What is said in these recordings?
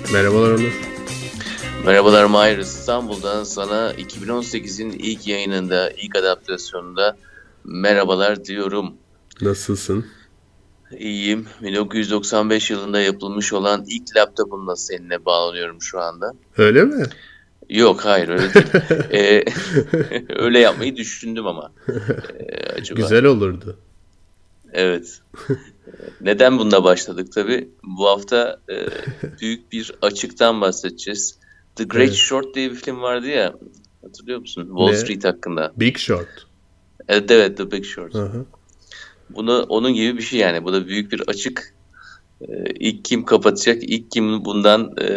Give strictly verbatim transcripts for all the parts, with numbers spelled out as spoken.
Merhabalar Onur. Merhabalar Mahir, İstanbul'dan sana iki bin on sekizin ilk yayınında, ilk adaptasyonunda merhabalar diyorum. Nasılsın? İyiyim. bin dokuz yüz doksan beş yılında yapılmış olan ilk laptopumla seninle bağlanıyorum şu anda. Öyle mi? Yok, hayır öyle değil. Ee, öyle yapmayı düşündüm ama. Ee, acaba. Güzel olurdu. Evet. Neden bununla başladık tabii? Bu hafta e, büyük bir açıktan bahsedeceğiz. The Great Evet. Short diye bir film vardı ya. Hatırlıyor musun? Wall Ne? Street hakkında. Big Short. Evet, evet, The Big Short. Hı hı. Bunu onun gibi bir şey yani. Bu da büyük bir açık. Ee, ilk kim kapatacak, ilk kim bundan e,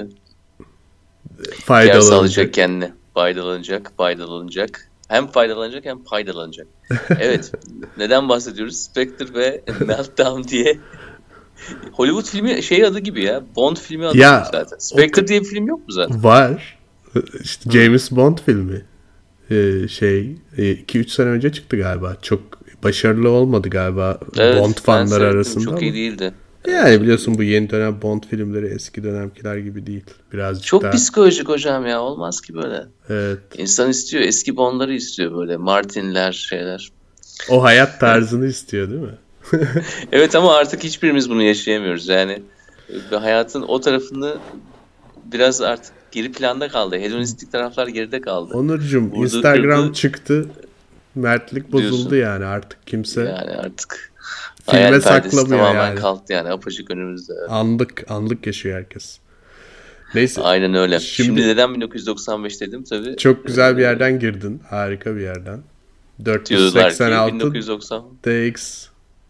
kâr sağlayacak Faydalanacak. kendine. Faydalanacak, faydalanacak. Hem faydalanacak hem faydalanacak. Evet. Neden bahsediyoruz? Spectre ve Meltdown diye. Hollywood filmi şey adı gibi ya. Bond filmi adı Ya gibi zaten. o Spectre t- diye bir film yok mu zaten? var. İşte Hı. James Bond filmi. Ee, şey iki üç sene önce çıktı galiba. Çok başarılı olmadı galiba Bond Evet, ben fanları seyrettim. arasında Çok iyi ama. değildi. Evet. Yani biliyorsun bu yeni dönem Bond filmleri eski dönemkiler gibi değil. Birazcık Çok daha psikolojik hocam ya. Olmaz ki böyle. evet. İnsan istiyor. Eski Bond'ları istiyor böyle. Martin'ler, şeyler. O hayat tarzını istiyor değil mi? Evet ama artık hiçbirimiz bunu yaşayamıyoruz. Yani e, hayatın o tarafını biraz artık geri planda kaldı. Hedonistik taraflar geride kaldı. Onurcuğum Vurdu Instagram kırdı çıktı. Mertlik bozuldu diyorsun. yani artık kimse Yani artık filme hayal perdesi saklamıyor tamamen yani. kalktı yani apaçık önümüzde. Evet. Anlık anlık yaşıyor herkes. Neyse Aynen öyle. Şimdi şimdi neden bin dokuz yüz doksan beş dedim tabii. çok E, güzel bir yerden girdin. Harika bir yerden. diyorlar ki dört yüz seksen altı bin dokuz yüz doksan D X.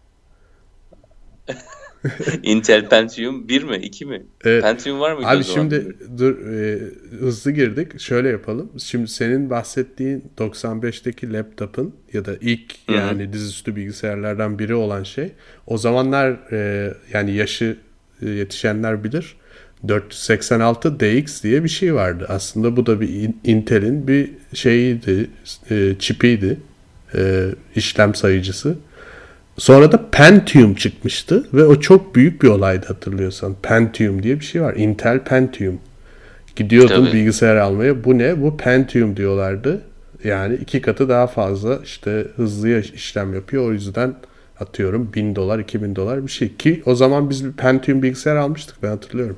Intel Pentium bir mi iki mi? Evet. Pentium var mıydı o Abi zaman şimdi bilmiyorum. dur e, hızlı girdik. Şöyle yapalım. Şimdi senin bahsettiğin doksan beşteki laptopun ya da ilk Hı hı. yani dizüstü bilgisayarlardan biri olan şey. O zamanlar e, yani yaşı e, yetişenler bilir. dört yüz seksen altı D X diye bir şey vardı. Aslında bu da bir in- Intel'in bir şeyiydi, e, çipiydi, e, işlem sayıcısı. Sonra da Pentium çıkmıştı ve o çok büyük bir olaydı hatırlıyorsan. Pentium diye bir şey var. Intel Pentium. Gidiyordun Tabii. bilgisayar almaya. Bu ne? Bu Pentium diyorlardı. Yani iki katı daha fazla işte hızlı işlem yapıyor. O yüzden atıyorum bin dolar, iki bin dolar bir şey. Ki o zaman biz bir Pentium bilgisayar almıştık ben hatırlıyorum.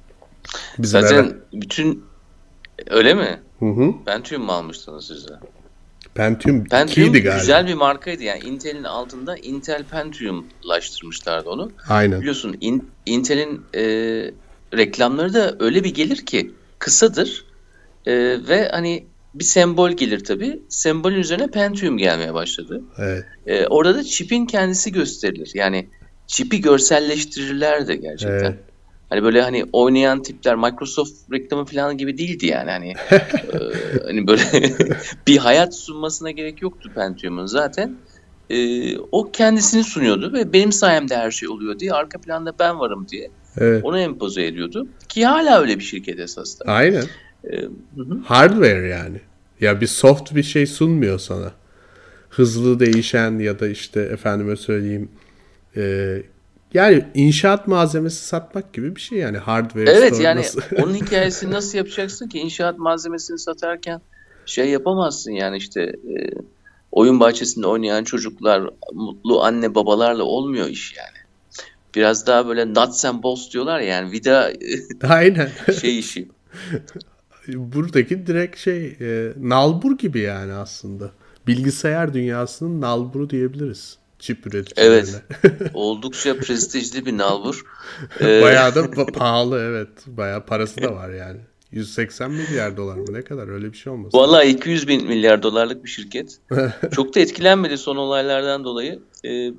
Bizim eve. Zaten bütün öyle mi? Hı hı. Pentium mu almıştınız siz de? Pentium iki idi Pentium galiba. güzel bir markaydı yani Intel'in altında Intel Pentium'laştırmışlardı onu. Aynen. Biliyorsun in- Intel'in e, reklamları da öyle bir gelir ki kısadır e, ve hani bir sembol gelir tabii. Sembolün üzerine Pentium gelmeye başladı. Evet. E, orada da çipin kendisi gösterilir. Yani çipi görselleştirirler de gerçekten. Evet. Hani böyle hani oynayan tipler Microsoft reklamı falan gibi değildi yani hani e, hani böyle bir hayat sunmasına gerek yoktu Pentium'un zaten. E, o kendisini sunuyordu ve benim sayemde her şey oluyor diye arka planda ben varım diye Evet. onu empoze ediyordu ki hala öyle bir şirket esas da. Aynen. E, hı hı. Hardware yani. Ya bir soft bir şey sunmuyor sana. Hızlı değişen ya da işte efendime söyleyeyim e, yani inşaat malzemesi satmak gibi bir şey yani hardware Evet store yani nasıl? onun hikayesini nasıl yapacaksın ki inşaat malzemesini satarken şey yapamazsın yani işte e, oyun bahçesinde oynayan çocuklar mutlu anne babalarla olmuyor iş yani. Biraz daha böyle nuts and bolts diyorlar ya, yani vida Aynen. şey işi. Buradaki direkt şey e, nalbur gibi yani aslında. Bilgisayar dünyasının nalburu diyebiliriz çip üreticilerine. Evet. Oldukça prestijli bir nalbur. Ee, Bayağı da pa- pahalı evet. Bayağı parası da var yani. yüz seksen milyar dolar mı ne kadar öyle bir şey olması lazım. Vallahi iki yüz bin milyar dolarlık bir şirket. Çok da etkilenmedi son olaylardan dolayı. Ee,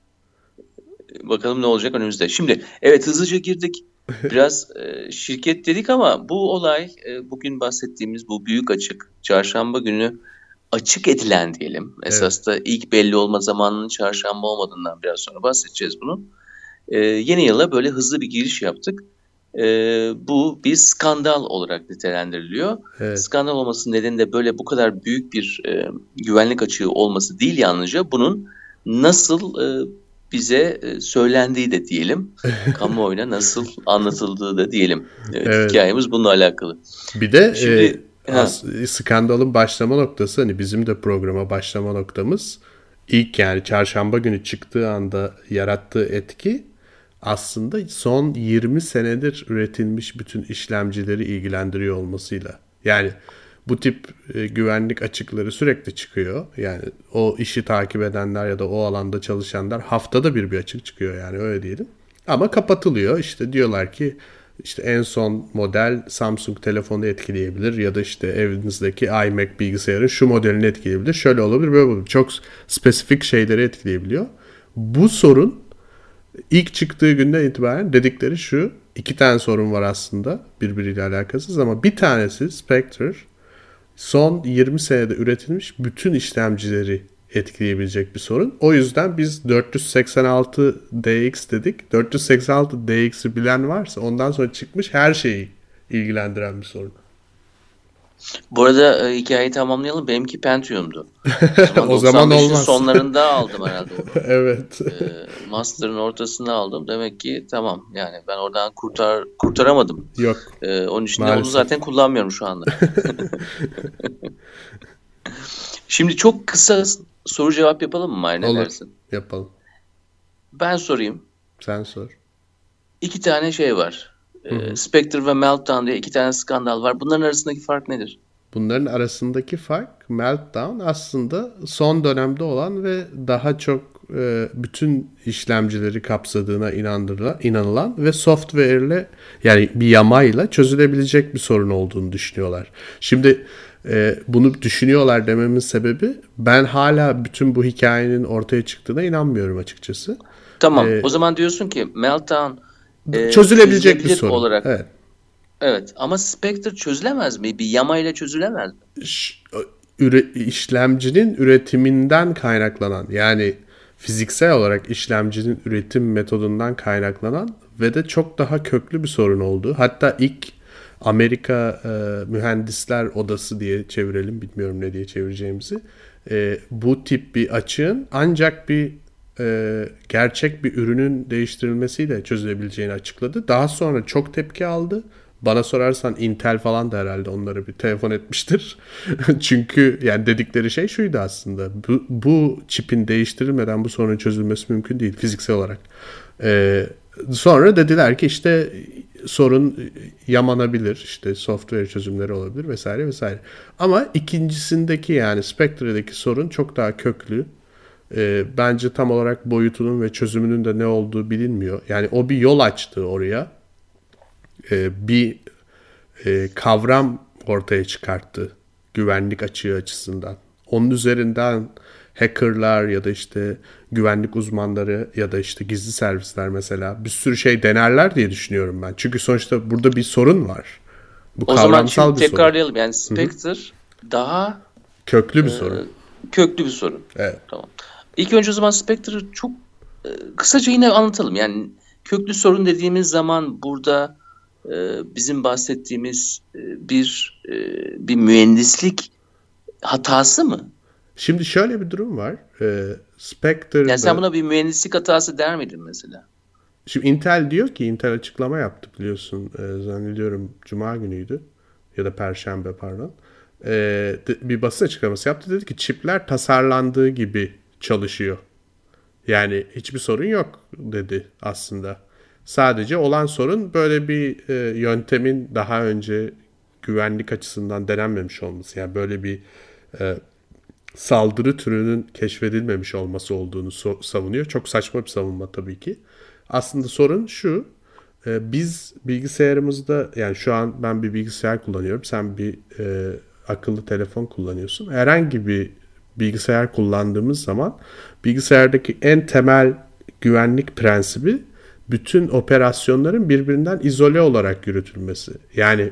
bakalım ne olacak önümüzde. Şimdi evet hızlıca girdik. Biraz e, şirket dedik ama bu olay e, bugün bahsettiğimiz bu büyük açık çarşamba günü açık edilen diyelim. Evet. Esas da ilk belli olma zamanının çarşamba olmadığından biraz sonra bahsedeceğiz bunun. Ee, yeni yıla böyle hızlı bir giriş yaptık. Ee, bu bir skandal olarak nitelendiriliyor. Evet. Skandal olmasının nedeni de böyle bu kadar büyük bir e, güvenlik açığı olması değil yalnızca bunun nasıl e, bize e, söylendiği de diyelim. Kamuoyuna nasıl anlatıldığı da diyelim. Evet, Evet. hikayemiz bununla alakalı. Bir de Şimdi e, ha, as, skandalın başlama noktası, hani bizim de programa başlama noktamız, ilk yani çarşamba günü çıktığı anda yarattığı etki aslında son yirmi senedir üretilmiş bütün işlemcileri ilgilendiriyor olmasıyla. Yani bu tip e, güvenlik açıkları sürekli çıkıyor. Yani o işi takip edenler ya da o alanda çalışanlar, haftada bir bir açık çıkıyor, yani öyle diyelim. Ama kapatılıyor. İşte diyorlar ki işte en son model Samsung telefonu etkileyebilir ya da işte evinizdeki iMac bilgisayarın şu modelini etkileyebilir. Şöyle olabilir, böyle olabilir. Çok spesifik şeyleri etkileyebiliyor. Bu sorun ilk çıktığı günden itibaren dedikleri şu: iki tane sorun var aslında birbiriyle alakasız, ama bir tanesi Spectre son yirmi senede üretilmiş bütün işlemcileri etkileyebilecek bir sorun. O yüzden biz dört yüz seksen altı D X dedik. dört yüz seksen altı D X'i bilen varsa ondan sonra çıkmış her şeyi ilgilendiren bir sorun. bu arada e, hikayeyi tamamlayalım. Benimki Pentium'du. O zaman O zaman doksan beşin olmaz. sonlarında aldım herhalde onu. Evet. E, Master'ın ortasında aldım. Demek ki tamam. Yani ben oradan kurtar kurtaramadım. Yok. E, onun için de onu Maalesef. zaten kullanmıyorum şu anda. Şimdi çok kısa soru cevap yapalım mı Mahir, ne Olur. dersin? Yapalım. Ben sorayım. Sen sor. İki tane şey var. Hı E, hı. Spectre ve Meltdown diye iki tane skandal var. Bunların arasındaki fark nedir? Bunların arasındaki fark, Meltdown aslında son dönemde olan ve daha çok e, bütün işlemcileri kapsadığına inandırılan, inanılan ve software ile, yani bir yamayla çözülebilecek bir sorun olduğunu düşünüyorlar. Şimdi e, bunu düşünüyorlar dememin sebebi, ben hala bütün bu hikayenin ortaya çıktığına inanmıyorum açıkçası. Tamam. E, O zaman diyorsun ki Meltdown e, çözülebilecek bir çözülebilir sorun. olarak. Evet. Evet. Ama Spectre çözülemez mi? Bir yamayla çözülemez mi? Ş- üre- işlemcinin üretiminden kaynaklanan, yani fiziksel olarak işlemcinin üretim metodundan kaynaklanan ve de çok daha köklü bir sorun oldu. Hatta ilk Amerika e, Mühendisler Odası diye çevirelim, bilmiyorum ne diye çevireceğimizi. E, bu tip bir açığın ancak bir e, gerçek bir ürünün değiştirilmesiyle çözülebileceğini açıkladı. Daha sonra çok tepki aldı. Bana sorarsan Intel falan da herhalde onlara bir telefon etmiştir. Çünkü yani dedikleri şey şuydu aslında: Bu, bu çipin değiştirilmeden bu sorunun çözülmesi mümkün değil fiziksel olarak. Ee, sonra dediler ki işte sorun yamanabilir, işte software çözümleri olabilir vesaire vesaire. Ama ikincisindeki, yani Spectre'deki sorun çok daha köklü. Ee, bence tam olarak boyutunun ve çözümünün de ne olduğu bilinmiyor. Yani o bir yol açtı oraya. Ee, bir e, kavram ortaya çıkarttı güvenlik açığı açısından. Onun üzerinden hackerlar ya da işte güvenlik uzmanları ya da işte gizli servisler mesela bir sürü şey denerler diye düşünüyorum ben. Çünkü sonuçta burada bir sorun var. Bu O zaman şimdi kavramsal bir sorun. tekrarlayalım. Yani Spectre daha Köklü e, bir sorun. köklü bir sorun. Evet. Tamam. İlk önce o zaman Spectre'ı çok e, kısaca yine anlatalım. Yani köklü sorun dediğimiz zaman burada e, bizim bahsettiğimiz e, bir e, bir mühendislik hatası mı? Şimdi şöyle bir durum var. Ee, Yani sen Spectre'da buna bir mühendislik hatası der miydin mesela? şimdi Intel diyor ki, Intel açıklama yaptı biliyorsun, e, zannediyorum Cuma günüydü ya da Perşembe, pardon. E, de- bir basın açıklaması yaptı, dedi ki çipler tasarlandığı gibi çalışıyor. Yani hiçbir sorun yok dedi aslında. Sadece olan sorun böyle bir e, yöntemin daha önce güvenlik açısından denenmemiş olması. Yani böyle bir e, saldırı türünün keşfedilmemiş olması olduğunu so- savunuyor. Çok saçma bir savunma tabii ki. Aslında sorun şu: e, biz bilgisayarımızda, yani şu an ben bir bilgisayar kullanıyorum, sen bir e, akıllı telefon kullanıyorsun. Herhangi bir bilgisayar kullandığımız zaman bilgisayardaki en temel güvenlik prensibi bütün operasyonların birbirinden izole olarak yürütülmesi. Yani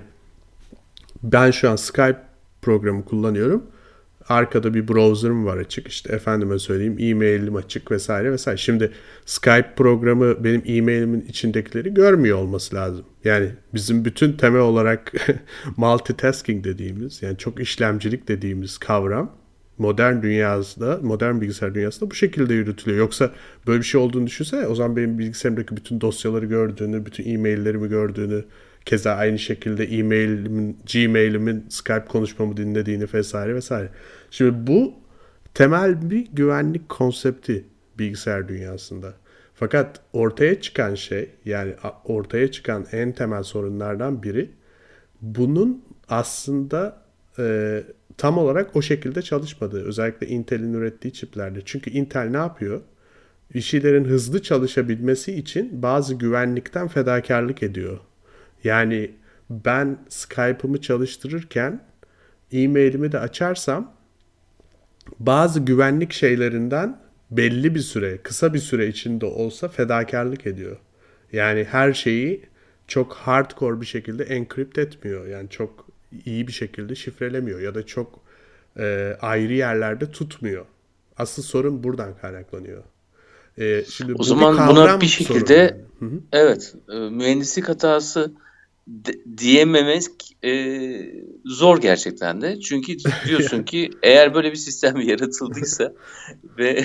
ben şu an Skype programı kullanıyorum. Arkada bir browser'ım var açık. İşte efendime söyleyeyim e-mailim açık vesaire vesaire. Şimdi Skype programı benim e-mailimin içindekileri görmüyor olması lazım. Yani bizim bütün temel olarak multitasking dediğimiz, yani çok işlemcilik dediğimiz kavram Modern dünyasında, modern bilgisayar dünyasında bu şekilde yürütülüyor. Yoksa böyle bir şey olduğunu düşünsene. O zaman benim bilgisayarımdaki bütün dosyaları gördüğünü, bütün e-maillerimi gördüğünü, keza aynı şekilde e-mailimin, Gmail'imin Skype konuşmamı dinlediğini vesaire vesaire. Şimdi bu temel bir güvenlik konsepti bilgisayar dünyasında. Fakat ortaya çıkan şey, yani ortaya çıkan en temel sorunlardan biri, bunun aslında e, tam olarak o şekilde çalışmadığı. Özellikle Intel'in ürettiği çiplerde. Çünkü Intel ne yapıyor? Bir şeylerin hızlı çalışabilmesi için bazı güvenlikten fedakarlık ediyor. Yani ben Skype'ımı çalıştırırken e-mailimi de açarsam bazı güvenlik şeylerinden belli bir süre, kısa bir süre içinde olsa fedakarlık ediyor. Yani her şeyi çok hardcore bir şekilde enkript etmiyor. Yani çok iyi bir şekilde şifrelemiyor ya da çok e, ayrı yerlerde tutmuyor. Asıl sorun buradan kaynaklanıyor. E, şimdi O bu bir zaman buna bir kavram sorunu şekilde yani. Hı hı. evet, e, mühendislik hatası de- diyememek e, zor gerçekten de. Çünkü diyorsun ki eğer böyle bir sistem yaratıldıysa ve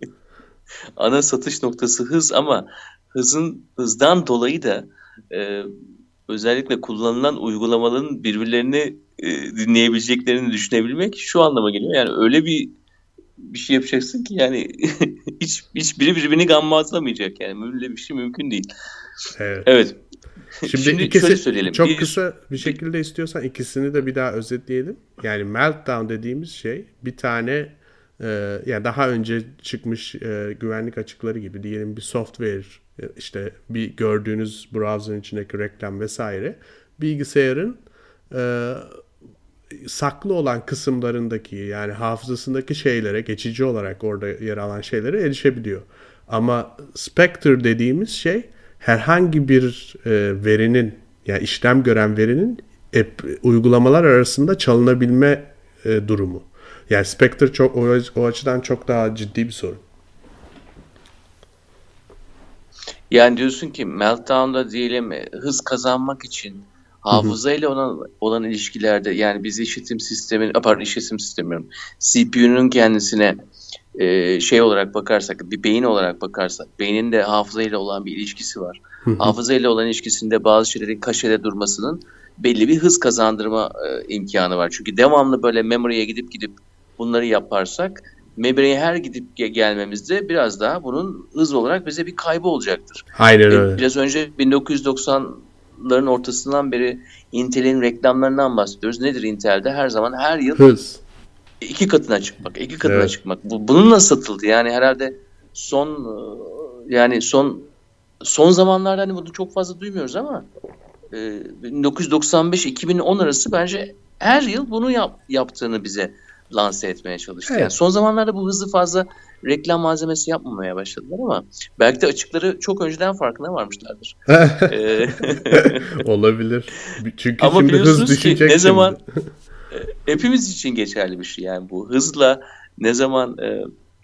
ana satış noktası hız, ama hızın hızdan dolayı da e, özellikle kullanılan uygulamaların birbirlerini e, dinleyebileceklerini düşünebilmek şu anlama geliyor. Yani öyle bir bir şey yapacaksın ki yani hiç hiçbiri birbirini gammazlamayacak, yani böyle bir şey mümkün değil. Evet. Evet. Şimdi Şimdi şöyle ikisi söyleyelim. çok Bir, kısa bir bir şekilde istiyorsan ikisini de bir daha özetleyelim. Yani meltdown dediğimiz şey bir tane e, yani daha önce çıkmış e, güvenlik açıkları gibi diyelim bir software e, işte bir gördüğünüz browser'ın içindeki reklam vesaire bilgisayarın e, saklı olan kısımlarındaki yani hafızasındaki şeylere geçici olarak orada yer alan şeylere erişebiliyor. Ama Spectre dediğimiz şey herhangi bir e, verinin yani işlem gören verinin app, uygulamalar arasında çalınabilme e, durumu. Yani Spectre çok o, o açıdan çok daha ciddi bir sorun. Yani diyorsun ki Meltdown'da diyelim e, hız kazanmak için Hı hı. hafızayla olan, olan ilişkilerde, yani biz işletim sistemin, a, pardon işletim sistemi, C P U'nun kendisine e, şey olarak bakarsak, bir beyin olarak bakarsak, beynin de hafızayla olan bir ilişkisi var. Hı hı. Hafızayla olan ilişkisinde bazı şeylerin kaşede durmasının belli bir hız kazandırma e, imkanı var. Çünkü devamlı böyle memory'e gidip gidip bunları yaparsak, memory'e her gidip ge- gelmemizde biraz daha bunun hız olarak bize bir kaybı olacaktır. Aynen E, öyle. biraz önce bin dokuz yüz doksanların ortasından beri Intel'in reklamlarından bahsediyoruz. Nedir Intel'de? Her zaman her yıl Hız. iki katına çıkmak, iki katına Evet. çıkmak. Bu, bununla satıldı. Yani herhalde son e, yani son son zamanlarda hani bunu çok fazla duymuyoruz ama e, bin dokuz yüz doksan beş iki bin on arası bence her yıl bunu yap, yaptığını bize lanse etmeye çalıştı. Yani Evet. son zamanlarda bu hızı fazla reklam malzemesi yapmamaya başladılar ama belki de açıkları çok önceden farkına varmışlardır. E, Olabilir. Çünkü ama şimdi hız biliyorsunuz ki düşecek ne şimdi. zaman e, hepimiz için geçerli bir şey, yani bu hızla ne zaman e,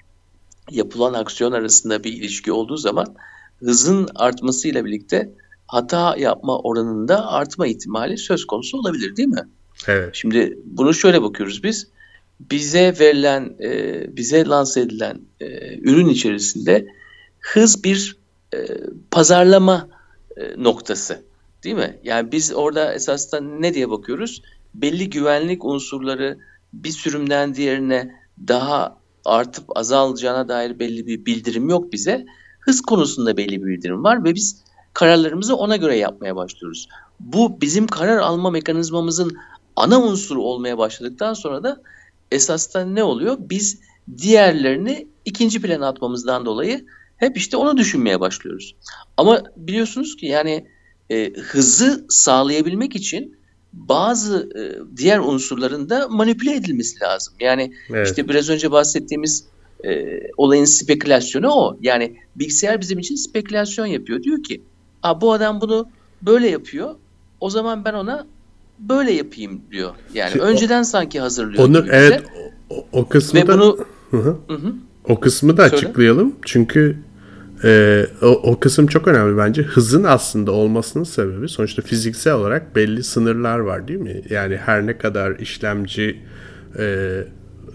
yapılan aksiyon arasında bir ilişki olduğu zaman hızın artmasıyla birlikte hata yapma oranında artma ihtimali söz konusu olabilir, değil mi? Evet. Şimdi bunu şöyle bakıyoruz biz. Bize verilen, e, bize lanse edilen e, ürün içerisinde hız bir e, pazarlama e, noktası, değil mi? Yani biz orada esasında ne diye bakıyoruz? Belli güvenlik unsurları bir sürümden diğerine daha artıp azalacağına dair belli bir bildirim yok bize. Hız konusunda belli bir bildirim var ve biz kararlarımızı ona göre yapmaya başlıyoruz. Bu bizim karar alma mekanizmamızın ana unsuru olmaya başladıktan sonra da esasında ne oluyor? Biz diğerlerini ikinci plana atmamızdan dolayı hep işte onu düşünmeye başlıyoruz. Ama biliyorsunuz ki yani e, hızı sağlayabilmek için bazı e, diğer unsurların da manipüle edilmesi lazım. Yani Evet. işte biraz önce bahsettiğimiz e, olayın spekülasyonu o. Yani bilgisayar bizim için spekülasyon yapıyor. Diyor ki, "Aa, bu adam bunu böyle yapıyor. O zaman ben ona böyle yapayım," diyor. Yani Şimdi o- önceden sanki hazırlıyor onu gibi evet bize. o, o kısmı Ve da bunu Hı hı. hı hı, O kısmı da söyle. açıklayalım. Çünkü e, o, o kısım çok önemli bence. Hızın aslında olmasının sebebi sonuçta fiziksel olarak belli sınırlar var değil mi? Yani her ne kadar işlemci e,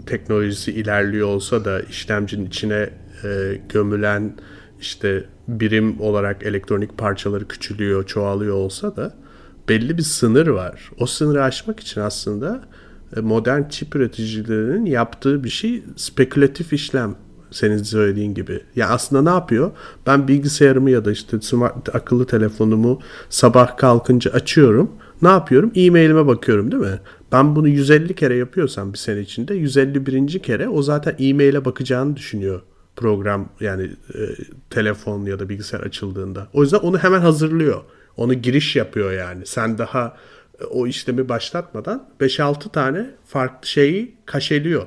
teknolojisi ilerliyor olsa da işlemcinin içine e, gömülen işte birim olarak elektronik parçaları küçülüyor, çoğalıyor olsa da belli bir sınır var. O sınırı aşmak için aslında modern çip üreticilerinin yaptığı bir şey spekülatif işlem. Senin söylediğin gibi. Ya aslında ne yapıyor? Ben bilgisayarımı ya da işte smart, akıllı telefonumu sabah kalkınca açıyorum. Ne yapıyorum? E-mailime bakıyorum değil mi? Ben bunu yüz elli kere yapıyorsam bir sene içinde yüz elli birinci kere o zaten e-maile bakacağını düşünüyor program, yani e, telefon ya da bilgisayar açıldığında. O yüzden onu hemen hazırlıyor. Onu giriş yapıyor yani. Sen daha e, o işlemi başlatmadan beş altı tane farklı şeyi kaşeliyor.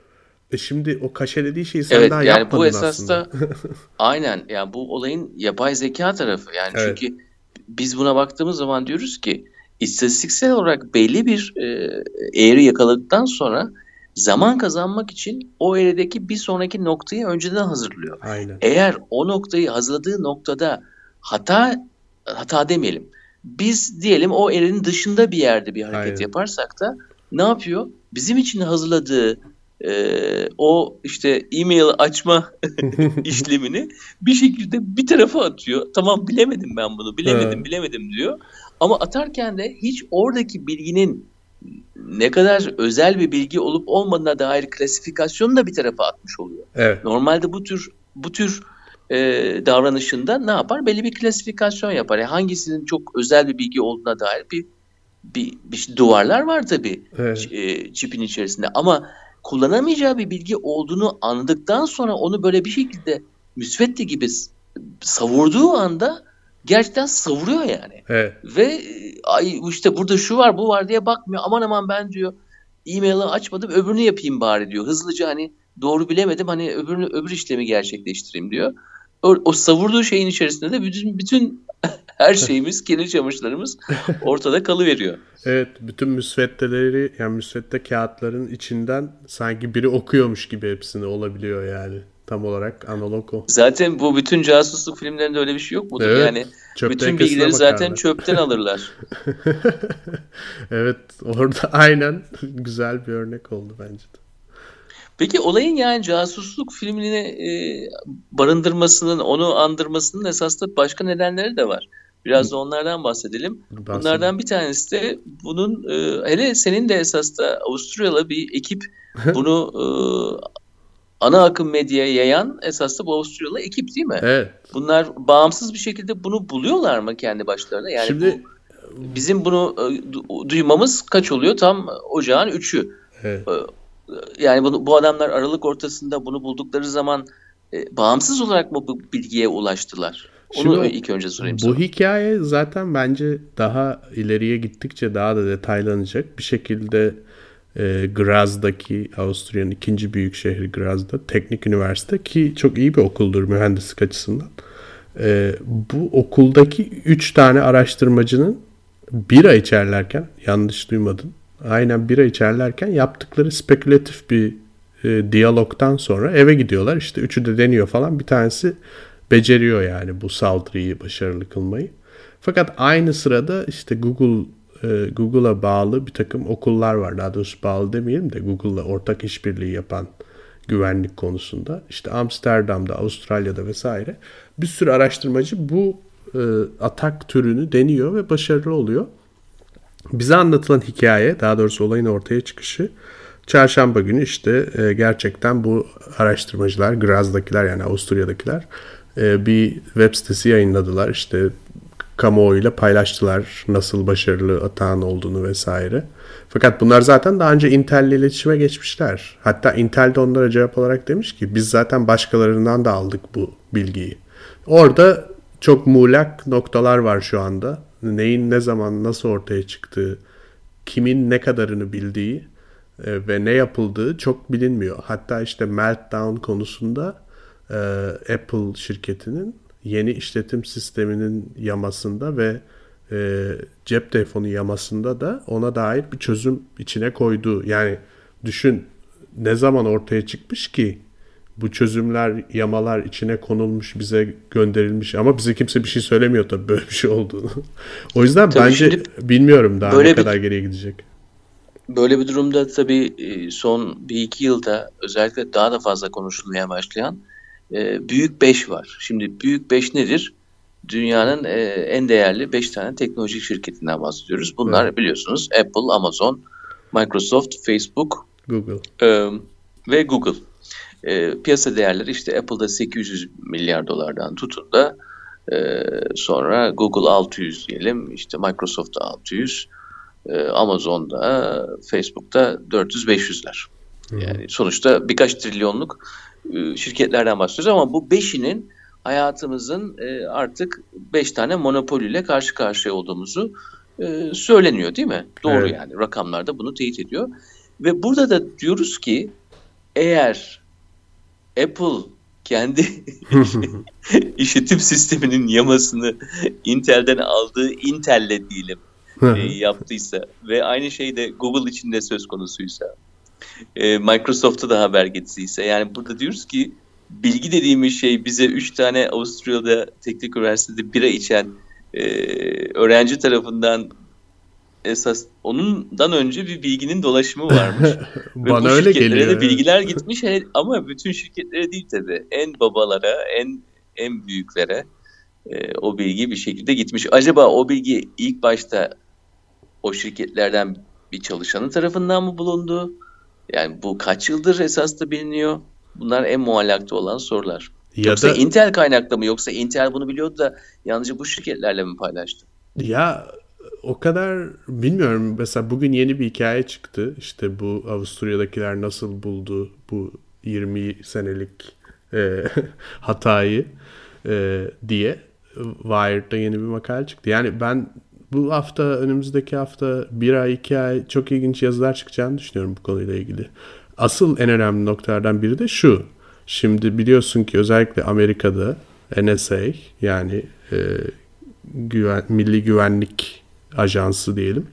E şimdi o kaşelediği şeyi sen Evet daha yani bu yapmadın esas aslında. da aynen yani bu olayın yapay zeka tarafı. Yani Evet. çünkü biz buna baktığımız zaman diyoruz ki istatistiksel olarak belli bir e, eğri yakaladıktan sonra zaman kazanmak için o eğrideki bir sonraki noktayı önceden hazırlıyor. Aynen. Eğer o noktayı hazırladığı noktada hata hata demeyelim. Biz diyelim o eğrinin dışında bir yerde bir hareket Aynen. yaparsak da ne yapıyor? Bizim için hazırladığı e, o işte e-mail açma işlemini bir şekilde bir tarafa atıyor. Tamam bilemedim ben bunu, bilemedim, Ha, bilemedim diyor. Ama atarken de hiç oradaki bilginin ne kadar özel bir bilgi olup olmadığına dair klasifikasyonu da bir tarafa atmış oluyor. evet. Normalde bu tür bu tür e, davranışında ne yapar? Belli bir klasifikasyon yapar. Yani hangisinin çok özel bir bilgi olduğuna dair bir bir, bir şey- duvarlar var tabii Evet. ç- e, çipin içerisinde ama kullanamayacağı bir bilgi olduğunu anladıktan sonra onu böyle bir şekilde müsvedde gibi s- savurduğu anda gerçekten savuruyor yani. Evet. Ve e, ay işte burada şu var bu var diye bakmıyor. Aman aman ben diyor e-mail'i açmadım öbürünü yapayım bari diyor. Hızlıca hani doğru bilemedim hani öbürünü öbür işlemi gerçekleştireyim diyor. O, o savurduğu şeyin içerisinde de bütün bütün her şeyimiz, kirli çamaşırlarımız ortada kalıveriyor. Evet, bütün müsveddeleri, yani müsvedde kağıtların içinden sanki biri okuyormuş gibi hepsini olabiliyor yani. Tam olarak analog o. Zaten bu bütün casusluk filmlerinde öyle bir şey yok mudur? Evet, Yani çöp bütün tenekesine bilgileri zaten bakarlar. çöpten alırlar. Evet, orada aynen güzel bir örnek oldu bence de. Peki olayın yani casusluk filmini e, barındırmasının, onu andırmasının esas da başka nedenleri de var. Biraz da onlardan bahsedelim. Bahsedeyim. Bunlardan bir tanesi de bunun e, hele senin de esas da Avusturyalı bir ekip bunu e, ana akım medyaya yayan esas da bu Avusturyalı ekip değil mi? Evet. Bunlar bağımsız bir şekilde bunu buluyorlar mı kendi başlarına? Yani bu Şimdi bizim bunu e, du- duymamız kaç oluyor? Tam ocağın üçü. evet. E, Yani bunu, bu adamlar Aralık ortasında bunu buldukları zaman e, bağımsız olarak mı bu bilgiye ulaştılar? Şimdi Onu o, ilk önce sorayım bu sana. hikaye zaten bence daha ileriye gittikçe daha da detaylanacak. Bir şekilde e, Graz'daki, Avusturya'nın ikinci büyük şehri Graz'da teknik üniversite, ki çok iyi bir okuldur mühendislik açısından. E, bu okuldaki üç tane araştırmacının bira içerlerken, yanlış duymadın, aynen bira içerlerken yaptıkları spekülatif bir e, diyalogtan sonra eve gidiyorlar. İşte üçü de deniyor falan. Bir tanesi beceriyor yani bu saldırıyı başarılı kılmayı. Fakat aynı sırada işte Google e, Google'a bağlı bir takım okullar var. Daha doğrusu bağlı demeyelim de Google'la ortak işbirliği yapan güvenlik konusunda. İşte Amsterdam'da, Avustralya'da vesaire bir sürü araştırmacı bu e, atak türünü deniyor ve başarılı oluyor. Bize anlatılan hikaye, daha doğrusu olayın ortaya çıkışı, çarşamba günü işte e, gerçekten bu araştırmacılar, Graz'dakiler yani Avusturya'dakiler e, bir web sitesi yayınladılar. İşte kamuoyuyla paylaştılar nasıl başarılı atağın olduğunu vesaire. Fakat bunlar zaten daha önce Intel'le iletişime geçmişler. Hatta Intel de onlara cevap olarak demiş ki biz zaten başkalarından da aldık bu bilgiyi. Orada çok muğlak noktalar var şu anda. Neyin ne zaman nasıl ortaya çıktığı, kimin ne kadarını bildiği e, ve ne yapıldığı çok bilinmiyor. Hatta işte Meltdown konusunda e, Apple şirketinin yeni işletim sisteminin yamasında ve e, cep telefonu yamasında da ona dair bir çözüm içine koydu. Yani düşün, ne zaman ortaya çıkmış ki bu çözümler, yamalar içine konulmuş, bize gönderilmiş ama bize kimse bir şey söylemiyor tabii böyle bir şey olduğunu. O yüzden Tabii bence şimdi bilmiyorum daha ne böyle kadar bir geriye gidecek. Böyle bir durumda tabii e, son bir iki yılda özellikle daha da fazla konuşulmaya başlayan e, Büyük Beş var. Şimdi Büyük Beş nedir? Dünyanın e, en değerli beş tane teknoloji şirketinden bahsediyoruz. Evet. Bunlar biliyorsunuz Apple, Amazon, Microsoft, Facebook Google. e, ve Google. E, piyasa değerleri işte Apple'da sekiz yüz milyar dolardan tutun da e, sonra Google altı yüz diyelim, işte Microsoft'ta altı yüz, e, Amazon'da, Facebook'ta dört yüz beş yüzler. Hı hı. Yani sonuçta birkaç trilyonluk e, şirketlerden bahsediyoruz ama bu beşinin hayatımızın e, artık beş tane monopoliyle karşı karşıya olduğumuzu e, söyleniyor, değil mi? Doğru, Evet. yani rakamlar da bunu teyit ediyor. Ve burada da diyoruz ki eğer Apple kendi işletim sisteminin yamasını Intel'den aldığı Intel'le diyelim Hı e, hı. yaptıysa ve aynı şey de Google için de söz konusuysa, e, Microsoft'a da haber getirdiyse, yani burada diyoruz ki bilgi dediğimiz şey bize üç tane Avusturya'da teknik üniversitede bira içen e, öğrenci tarafından esas onundan önce bir bilginin dolaşımı varmış ve bu Bana öyle şirketlere geliyor, de evet. bilgiler gitmiş. He- ama bütün şirketlere değil tabii. En babalara, en en büyüklere e, o bilgi bir şekilde gitmiş. Acaba o bilgi ilk başta o şirketlerden bir çalışanın tarafından mı bulundu? Yani bu kaç yıldır esas da biliniyor? Bunlar en muallakta olan sorular. Ya Yoksa da Intel kaynaklı mı? Yoksa Intel bunu biliyordu da yalnızca bu şirketlerle mi paylaştı? ya o kadar bilmiyorum. Mesela bugün yeni bir hikaye çıktı. İşte bu Avusturya'dakiler nasıl buldu bu yirmi senelik e, hatayı e, diye Wired'da yeni bir makale çıktı. Yani ben bu hafta, önümüzdeki hafta bir ay iki ay çok ilginç yazılar çıkacağını düşünüyorum bu konuyla ilgili. Asıl en önemli noktalardan biri de şu. Şimdi biliyorsun ki özellikle Amerika'da N S A, yani e, güven, Milli Güvenlik Ajansı diyelim,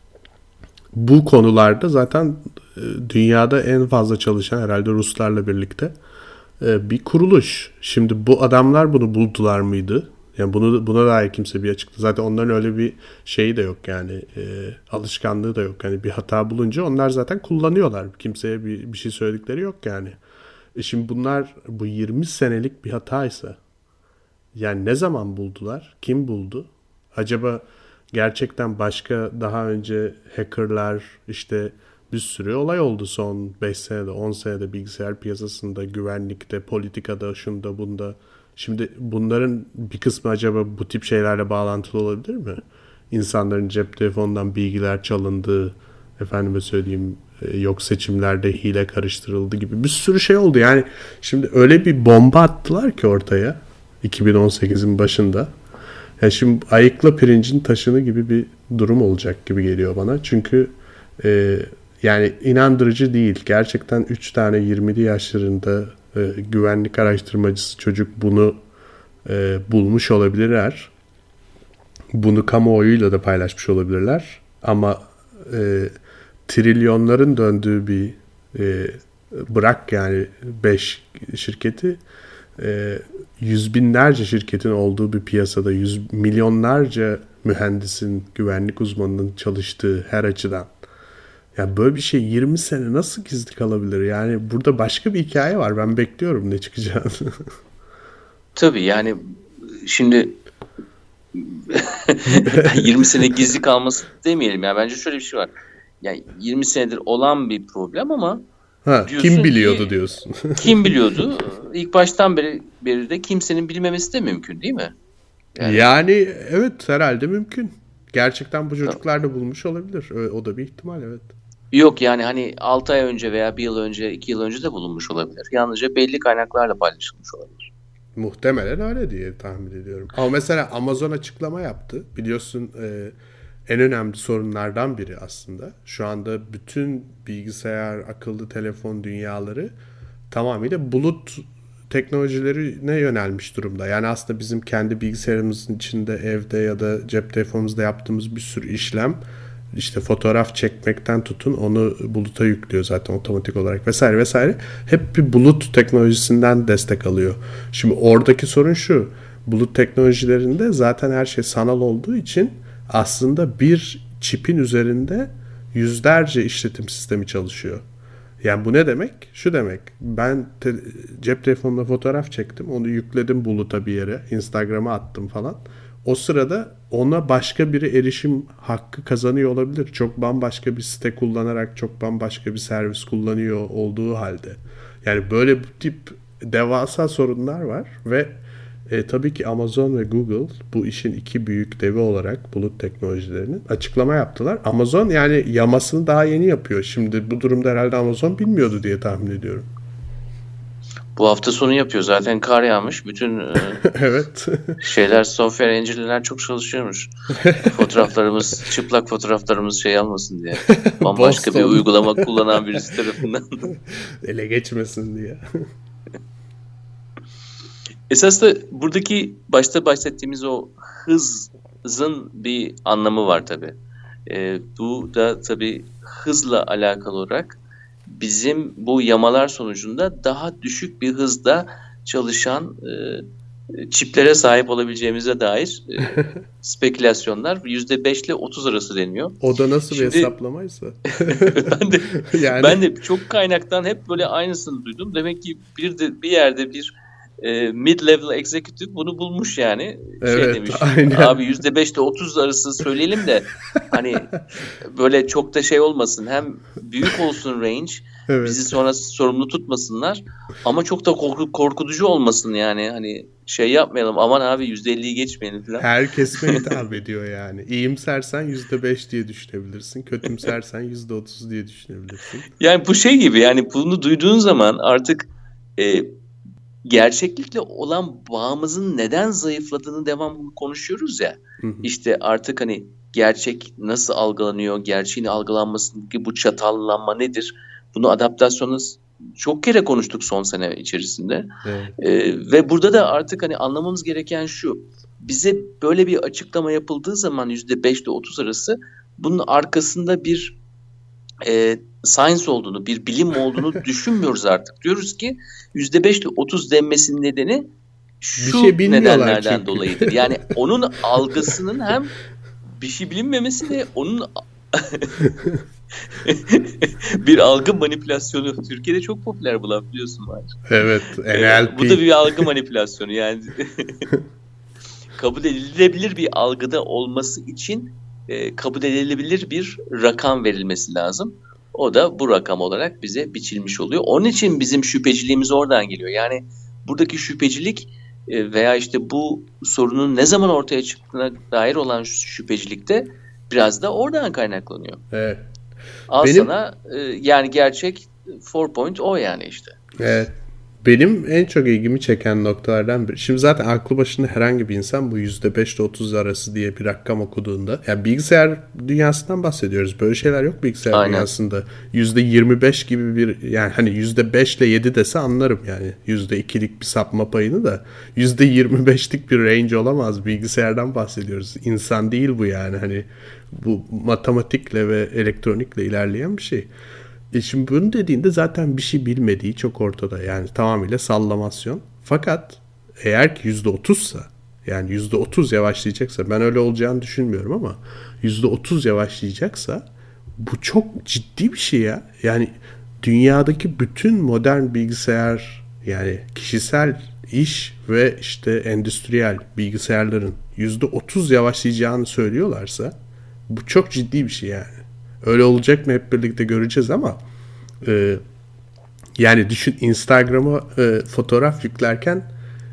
bu konularda zaten e, dünyada en fazla çalışan, herhalde Ruslarla birlikte, e, bir kuruluş. Şimdi bu adamlar bunu buldular mıydı? Yani bunu buna dair kimse bir açıkladı. Zaten onların öyle bir şeyi de yok, yani e, alışkanlığı da yok. Yani bir hata bulunca onlar zaten kullanıyorlar. Kimseye bir, bir şey söyledikleri yok yani. E şimdi bunlar, bu yirmi senelik bir hataysa, yani ne zaman buldular? Kim buldu? Acaba gerçekten başka daha önce hackerlar, işte bir sürü olay oldu son beş senede, on senede bilgisayar piyasasında, güvenlikte, politikada, şunda bunda. Şimdi bunların bir kısmı acaba bu tip şeylerle bağlantılı olabilir mi? İnsanların cep telefonundan bilgiler çalındığı, efendime söyleyeyim, e, yok seçimlerde hile karıştırıldı gibi bir sürü şey oldu. Yani şimdi öyle bir bomba attılar ki ortaya iki bin on sekizin başında. Yani şimdi ayıkla pirincin taşını gibi bir durum olacak gibi geliyor bana. Çünkü e, yani inandırıcı değil. Gerçekten üç tane yirmili yaşlarında e, güvenlik araştırmacısı çocuk bunu e, bulmuş olabilirler. Bunu kamuoyuyla da paylaşmış olabilirler. Ama e, trilyonların döndüğü bir e, bırak yani beş şirketi, e, yüz binlerce şirketin olduğu bir piyasada yüz milyonlarca mühendisin, güvenlik uzmanının çalıştığı her açıdan. Ya böyle bir şey yirmi sene nasıl gizli kalabilir? Yani burada başka bir hikaye var. Ben bekliyorum ne çıkacağını. Tabii yani şimdi yirmi sene gizli kalması demeyelim ya. Bence şöyle bir şey var. Yani yirmi senedir olan bir problem ama Ha, kim diyorsun biliyordu ki diyorsun. kim biliyordu? İlk baştan beri, beri de kimsenin bilmemesi de mümkün, değil mi? Yani Yani evet, herhalde mümkün. Gerçekten bu ta- çocuklar da bulmuş olabilir. O, o da bir ihtimal, evet. yok yani hani altı ay önce veya bir yıl önce, iki yıl önce de bulunmuş olabilir. Yalnızca belli kaynaklarla paylaşılmış olabilir. Muhtemelen öyle diye tahmin ediyorum. Ama mesela Amazon açıklama yaptı. Biliyorsun e, en önemli sorunlardan biri aslında. Şu anda bütün bilgisayar, akıllı telefon dünyaları tamamıyla bulut teknolojilerine yönelmiş durumda. Yani aslında bizim kendi bilgisayarımızın içinde, evde ya da cep telefonumuzda yaptığımız bir sürü işlem, işte fotoğraf çekmekten tutun onu buluta yüklüyor zaten otomatik olarak vesaire vesaire. Hep bir bulut teknolojisinden destek alıyor. Şimdi oradaki sorun şu. Bulut teknolojilerinde zaten her şey sanal olduğu için aslında bir çipin üzerinde yüzlerce işletim sistemi çalışıyor. Yani bu ne demek? Şu demek. Ben te- cep telefonumla fotoğraf çektim. Onu yükledim buluta bir yere. Instagram'a attım falan. O sırada ona başka biri erişim hakkı kazanıyor olabilir. Çok bambaşka bir site kullanarak çok bambaşka bir servis kullanıyor olduğu halde. Yani böyle bu tip devasa sorunlar var ve e, tabii ki Amazon ve Google bu işin iki büyük devi olarak bulut teknolojilerinin açıklama yaptılar. Amazon yani yamasını daha yeni yapıyor. Şimdi bu durumda herhalde Amazon bilmiyordu diye tahmin ediyorum. Bu hafta sonu yapıyor. Zaten kar yağmış. Bütün e, Evet. şeyler, software engineer'ler çok çalışıyormuş. Fotoğraflarımız, çıplak fotoğraflarımız şey almasın diye. Bambaşka bir Boston. uygulama kullanan birisi tarafından. Ele geçmesin diye. Esas da buradaki başta bahsettiğimiz o hızın bir anlamı var tabii. E, bu da tabii hızla alakalı olarak bizim bu yamalar sonucunda daha düşük bir hızda çalışan e, çiplere sahip olabileceğimize dair e, spekülasyonlar yüzde beş ile otuz arası deniyor. O da nasıl Şimdi, bir hesaplamaysa. ben de yani... ben de çok kaynaktan hep böyle aynısını duydum. Demek ki bir de bir yerde bir e, mid-level executive bunu bulmuş yani. Evet, şey demiş. Aynen. Abi yüzde beş ile otuz arası söyleyelim de hani böyle çok da şey olmasın. Hem büyük olsun range. Evet. Bizi sonra sorumlu tutmasınlar. Ama çok da korku, korkutucu olmasın yani. Hani şey yapmayalım. Aman abi yüzde elliyi geçmeyelim falan. Her kesime hitap ediyor yani. İyimsersen yüzde beş diye düşünebilirsin. Kötümsersen yüzde otuz diye düşünebilirsin. Yani bu şey gibi yani bunu duyduğun zaman artık e, gerçeklikle olan bağımızın neden zayıfladığını devamlı konuşuyoruz ya. Hı hı. İşte artık hani gerçek nasıl algılanıyor? Gerçeğin algılanmasındaki bu çatallanma nedir? Bunu adaptasyonu çok kere konuştuk son sene içerisinde. Evet. Ee, ve burada da artık hani anlamamız gereken şu. Bize böyle bir açıklama yapıldığı zaman yüzde beş ile otuz arası bunun arkasında bir e, science olduğunu, bir bilim olduğunu düşünmüyoruz artık. Diyoruz ki yüzde beş ile otuz denmesinin nedeni şu şey nedenlerden çünkü. Dolayıdır. Yani onun algısının hem bir şey bilinmemesi ve onun bir algı manipülasyonu. Türkiye'de çok popüler bu laf biliyorsun Mahir. Evet. N L P. Bu da bir algı manipülasyonu yani. Kabul edilebilir bir algıda olması için e, kabul edilebilir bir rakam verilmesi lazım. O da bu rakam olarak bize biçilmiş oluyor. Onun için bizim şüpheciliğimiz oradan geliyor. Yani buradaki şüphecilik e, veya işte bu sorunun ne zaman ortaya çıktığına dair olan şüphecilikte biraz da oradan kaynaklanıyor. Evet. Al Benim... sana e, yani gerçek four point o yani işte. Evet. Benim en çok ilgimi çeken noktalardan biri. Şimdi zaten aklı başında herhangi bir insan bu yüzde beş ile otuz arası diye bir rakam okuduğunda. Yani bilgisayar dünyasından bahsediyoruz. Böyle şeyler yok bilgisayar Aynen. dünyasında. yüzde yirmi beş gibi bir yani hani yüzde beş ile yedi dese anlarım yani. yüzde ikilik bir sapma payını da yüzde yirmi beşlik bir range olamaz. Bilgisayardan bahsediyoruz. İnsan değil bu yani. Hani bu matematikle ve elektronikle ilerleyen bir şey. E şimdi bunu dediğinde zaten bir şey bilmediği çok ortada. Yani tamamıyla sallamasyon. Fakat eğer ki yüzde otuzsa yani yüzde otuz yavaşlayacaksa ben öyle olacağını düşünmüyorum ama yüzde otuz yavaşlayacaksa bu çok ciddi bir şey ya. Yani dünyadaki bütün modern bilgisayar yani kişisel iş ve işte endüstriyel bilgisayarların yüzde otuz yavaşlayacağını söylüyorlarsa bu çok ciddi bir şey yani. Öyle olacak mı hep birlikte göreceğiz ama e, yani düşün Instagram'a e, fotoğraf yüklerken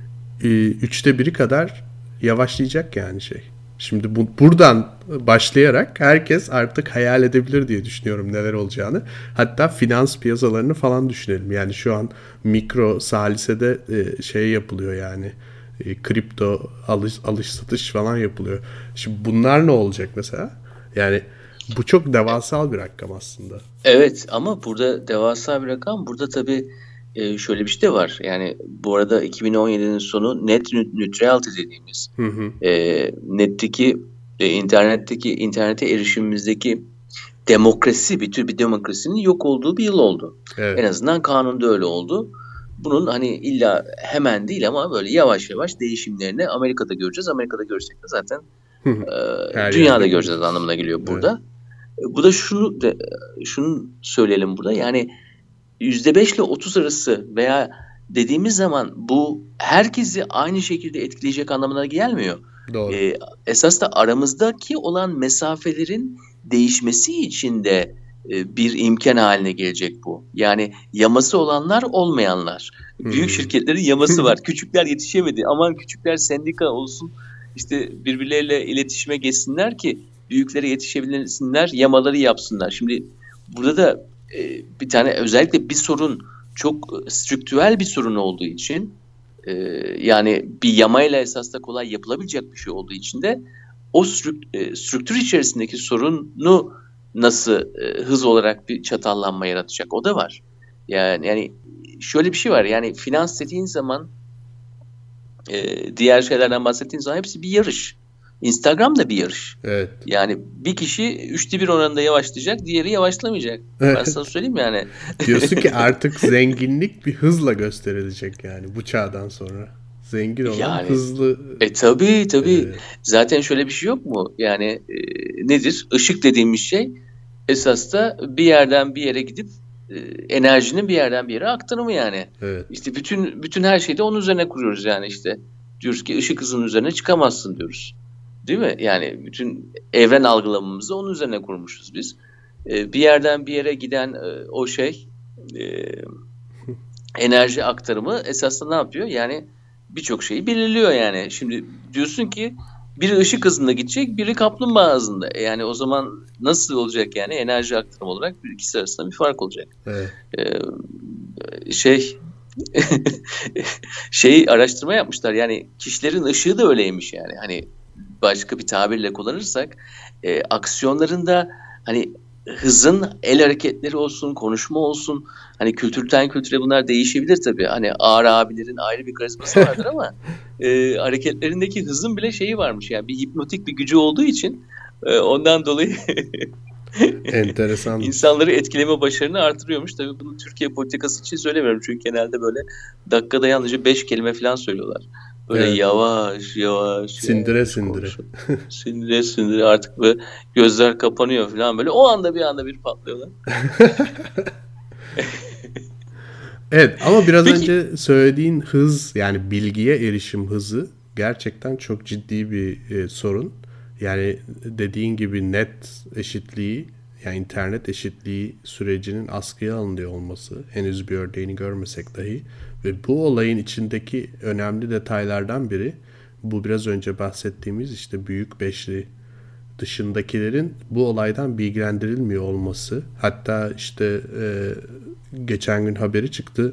e, üçte biri kadar yavaşlayacak yani şey. Şimdi bu, buradan başlayarak herkes artık hayal edebilir diye düşünüyorum neler olacağını. Hatta finans piyasalarını falan düşünelim. Yani şu an mikro salisede e, şey yapılıyor yani e, kripto alış, alış satış falan yapılıyor. Şimdi bunlar ne olacak mesela? Yani bu çok devasal bir rakam aslında. Evet ama burada devasa bir rakam. Burada tabii e, şöyle bir şey de var. Yani bu arada iki bin on yedinin sonu net neutrality dediğimiz hı hı. E, netteki e, internetteki internete erişimimizdeki demokrasi bir tür bir demokrasinin yok olduğu bir yıl oldu. Evet. En azından kanunda öyle oldu. Bunun hani illa hemen değil ama böyle yavaş yavaş değişimlerini Amerika'da göreceğiz. Amerika'da görsek de zaten e, dünyada göreceğiz anlamına geliyor burada. Evet. Bu da şunu de, şunu söyleyelim burada. Yani yüzde beş ile otuz arası veya dediğimiz zaman bu herkesi aynı şekilde etkileyecek anlamına gelmiyor. Doğru. Ee, esas da aramızdaki olan mesafelerin değişmesi için de e, bir imkan haline gelecek bu. Yani yaması olanlar, olmayanlar. Hmm. Büyük şirketlerin yaması var. Küçükler yetişemedi. Aman küçükler sendika olsun. İşte birbirleriyle iletişime geçsinler ki büyüklere yetişebilsinler, yamaları yapsınlar. Şimdi burada da e, bir tane özellikle bir sorun çok strüktürel bir sorun olduğu için e, yani bir yamayla esas da kolay yapılabilecek bir şey olduğu için de o strük, e, strüktür içerisindeki sorunu nasıl e, hız olarak bir çatallanma yaratacak, o da var. Yani, yani şöyle bir şey var, yani finans dediğin zaman e, diğer şeylerden bahsettiğin zaman hepsi bir yarış. Instagram da bir yarış. Evet. Yani bir kişi üçte bir oranında yavaşlayacak, diğeri yavaşlamayacak. Ben sana söyleyeyim yani. Diyorsun ki artık zenginlik bir hızla gösterilecek yani bu çağdan sonra. Zengin olan Yani, hızlı. E tabii tabii. e, Zaten şöyle bir şey yok mu? Yani e, nedir? Işık dediğimiz şey esas da bir yerden bir yere gidip e, enerjinin bir yerden bir yere aktarımı yani. evet. İşte bütün bütün her şeyi de onun üzerine kuruyoruz yani işte. Diyoruz ki ışık hızının üzerine çıkamazsın diyoruz. Değil mi? Yani bütün evren algılamamızı onun üzerine kurmuşuz biz. E, bir yerden bir yere giden e, o şey e, enerji aktarımı esasında ne yapıyor? Yani birçok şeyi belirliyor yani. Şimdi diyorsun ki biri ışık hızında gidecek, biri kaplumbağa hızında. E yani o zaman nasıl olacak yani? Enerji aktarımı olarak bir ikisi arasında bir fark olacak. Evet. Ee, şey şey araştırma yapmışlar. Yani kişilerin ışığı da öyleymiş yani. Hani başka bir tabirle kullanırsak e, aksiyonlarında hani hızın, el hareketleri olsun, konuşma olsun, hani kültürden kültüre bunlar değişebilir tabii. Hani ağır abilerin ayrı bir karizması vardır ama e, hareketlerindeki hızın bile şeyi varmış yani, bir hipnotik bir gücü olduğu için e, ondan dolayı Enteresan. insanları etkileme başarını artırıyormuş. Tabii bunu Türkiye politikası için söylemiyorum çünkü genelde böyle dakikada yalnızca beş kelime falan söylüyorlar. Böyle Evet. yavaş yavaş Sindire yavaş sindire. konuşuyor. Sindire sindire artık böyle gözler kapanıyor falan, böyle o anda bir anda bir patlıyorlar. Evet ama biraz Peki önce söylediğin hız, yani bilgiye erişim hızı gerçekten çok ciddi bir e, sorun. Yani dediğin gibi net eşitliği, yani internet eşitliği sürecinin askıya alınıyor olması, henüz bir örneğini görmesek dahi ve bu olayın içindeki önemli detaylardan biri bu biraz önce bahsettiğimiz işte büyük beşli dışındakilerin bu olaydan bilgilendirilmiyor olması. Hatta işte e, geçen gün haberi çıktı.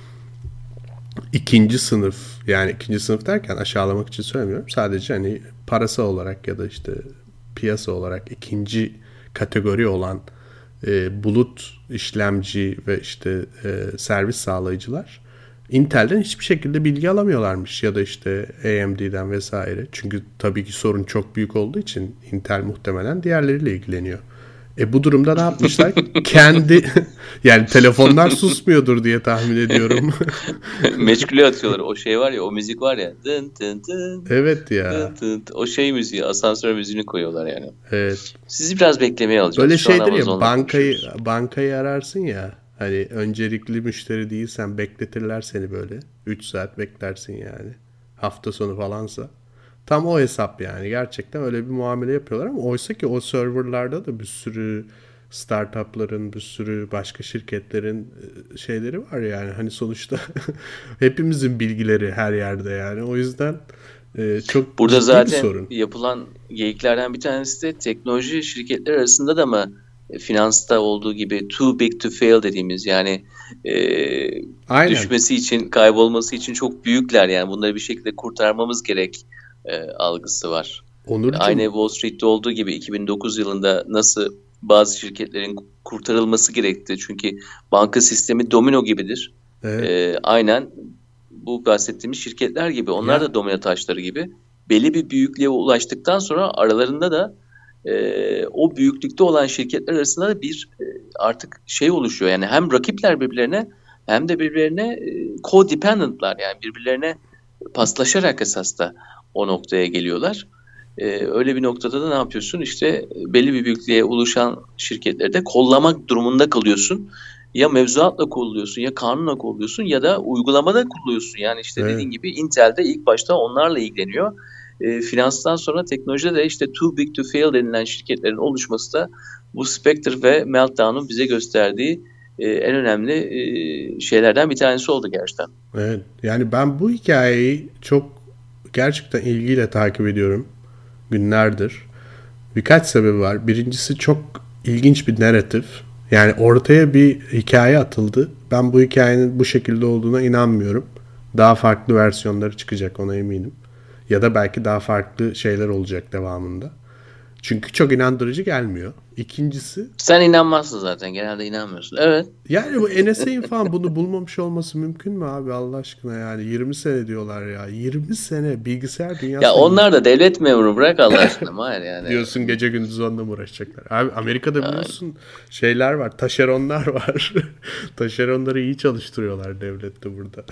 İkinci sınıf, yani ikinci sınıf derken aşağılamak için söylemiyorum. Sadece hani parası olarak ya da işte piyasa olarak ikinci kategori olan e, bulut işlemci ve işte e, servis sağlayıcılar Intel'den hiçbir şekilde bilgi alamıyorlarmış ya da işte A M D'den vesaire. Çünkü tabii ki sorun çok büyük olduğu için Intel muhtemelen diğerleriyle ilgileniyor. E bu durumda ne yapmışlar? Kendi yani telefonlar susmuyordur diye tahmin ediyorum. meşgule atıyorlar. O şey var ya, o müzik var ya. Dın dın dın. Evet Dın ya. dın. O şey müziği, asansör müziğini koyuyorlar yani. Evet. Sizi biraz beklemeye alacağız. Böyle Şu an şeydir ya, Amazon'la bankayı konuşuyoruz. bankayı ararsın ya. Hani öncelikli müşteri değilsen bekletirler seni böyle. üç saat beklersin yani. Hafta sonu falansa. Tam o hesap yani. Gerçekten öyle bir muamele yapıyorlar ama oysa ki o serverlarda da bir sürü startupların, bir sürü başka şirketlerin e, şeyleri var yani. Hani sonuçta hepimizin bilgileri her yerde yani. O yüzden e, çok Burada ciddi bir zaten sorun. yapılan geyiklerden bir tanesi de teknoloji şirketleri arasında da mı e, finansta olduğu gibi too big to fail dediğimiz yani e, Aynen. düşmesi için, kaybolması için çok büyükler yani, bunları bir şekilde kurtarmamız gerek e, algısı var. Aynı Onurcuğum, Wall Street'te olduğu gibi iki bin dokuz yılında nasıl bazı şirketlerin kurtarılması gerekti. Çünkü banka sistemi domino gibidir. evet. E, aynen bu bahsettiğimiz şirketler gibi, onlar Ya da domino taşları gibi belli bir büyüklüğe ulaştıktan sonra aralarında da e, o büyüklükte olan şirketler arasında da bir e, artık şey oluşuyor. Yani hem rakipler birbirlerine hem de birbirlerine e, co-dependent'lar, yani birbirlerine paslaşarak esas da o noktaya geliyorlar. Ee, öyle bir noktada da ne yapıyorsun? İşte belli bir büyüklüğe ulaşan şirketleri de kollamak durumunda kalıyorsun. Ya mevzuatla kolluyorsun, ya kanunla kolluyorsun, ya da uygulamada kolluyorsun. Yani işte Evet. dediğin gibi Intel de ilk başta onlarla ilgileniyor. E, finanstan sonra teknolojide de işte too big to fail denilen şirketlerin oluşması da bu Spectre ve Meltdown'un bize gösterdiği e, en önemli e, şeylerden bir tanesi oldu gerçekten. Evet. Yani ben bu hikayeyi çok gerçekten ilgiyle takip ediyorum günlerdir. Birkaç sebebi var. Birincisi çok ilginç bir narratif. Yani ortaya bir hikaye atıldı. Ben bu hikayenin bu şekilde olduğuna inanmıyorum. Daha farklı versiyonları çıkacak, ona eminim. Ya da belki daha farklı şeyler olacak devamında. Çünkü çok inandırıcı gelmiyor. İkincisi, Sen inanmazsın zaten. Genelde inanmıyorsun. Evet. yani bu N S A'in falan bunu bulmamış olması mümkün mü abi, Allah aşkına yani? yirmi sene diyorlar ya. yirmi sene bilgisayar Ya dünyasında onlar da devlet memuru, bırak Allah aşkına. Hayır yani. diyorsun, gece gündüz onunla mı uğraşacaklar? Abi Amerika'da Yani, biliyorsun şeyler var, taşeronlar var. Taşeronları iyi çalıştırıyorlar devlette burada.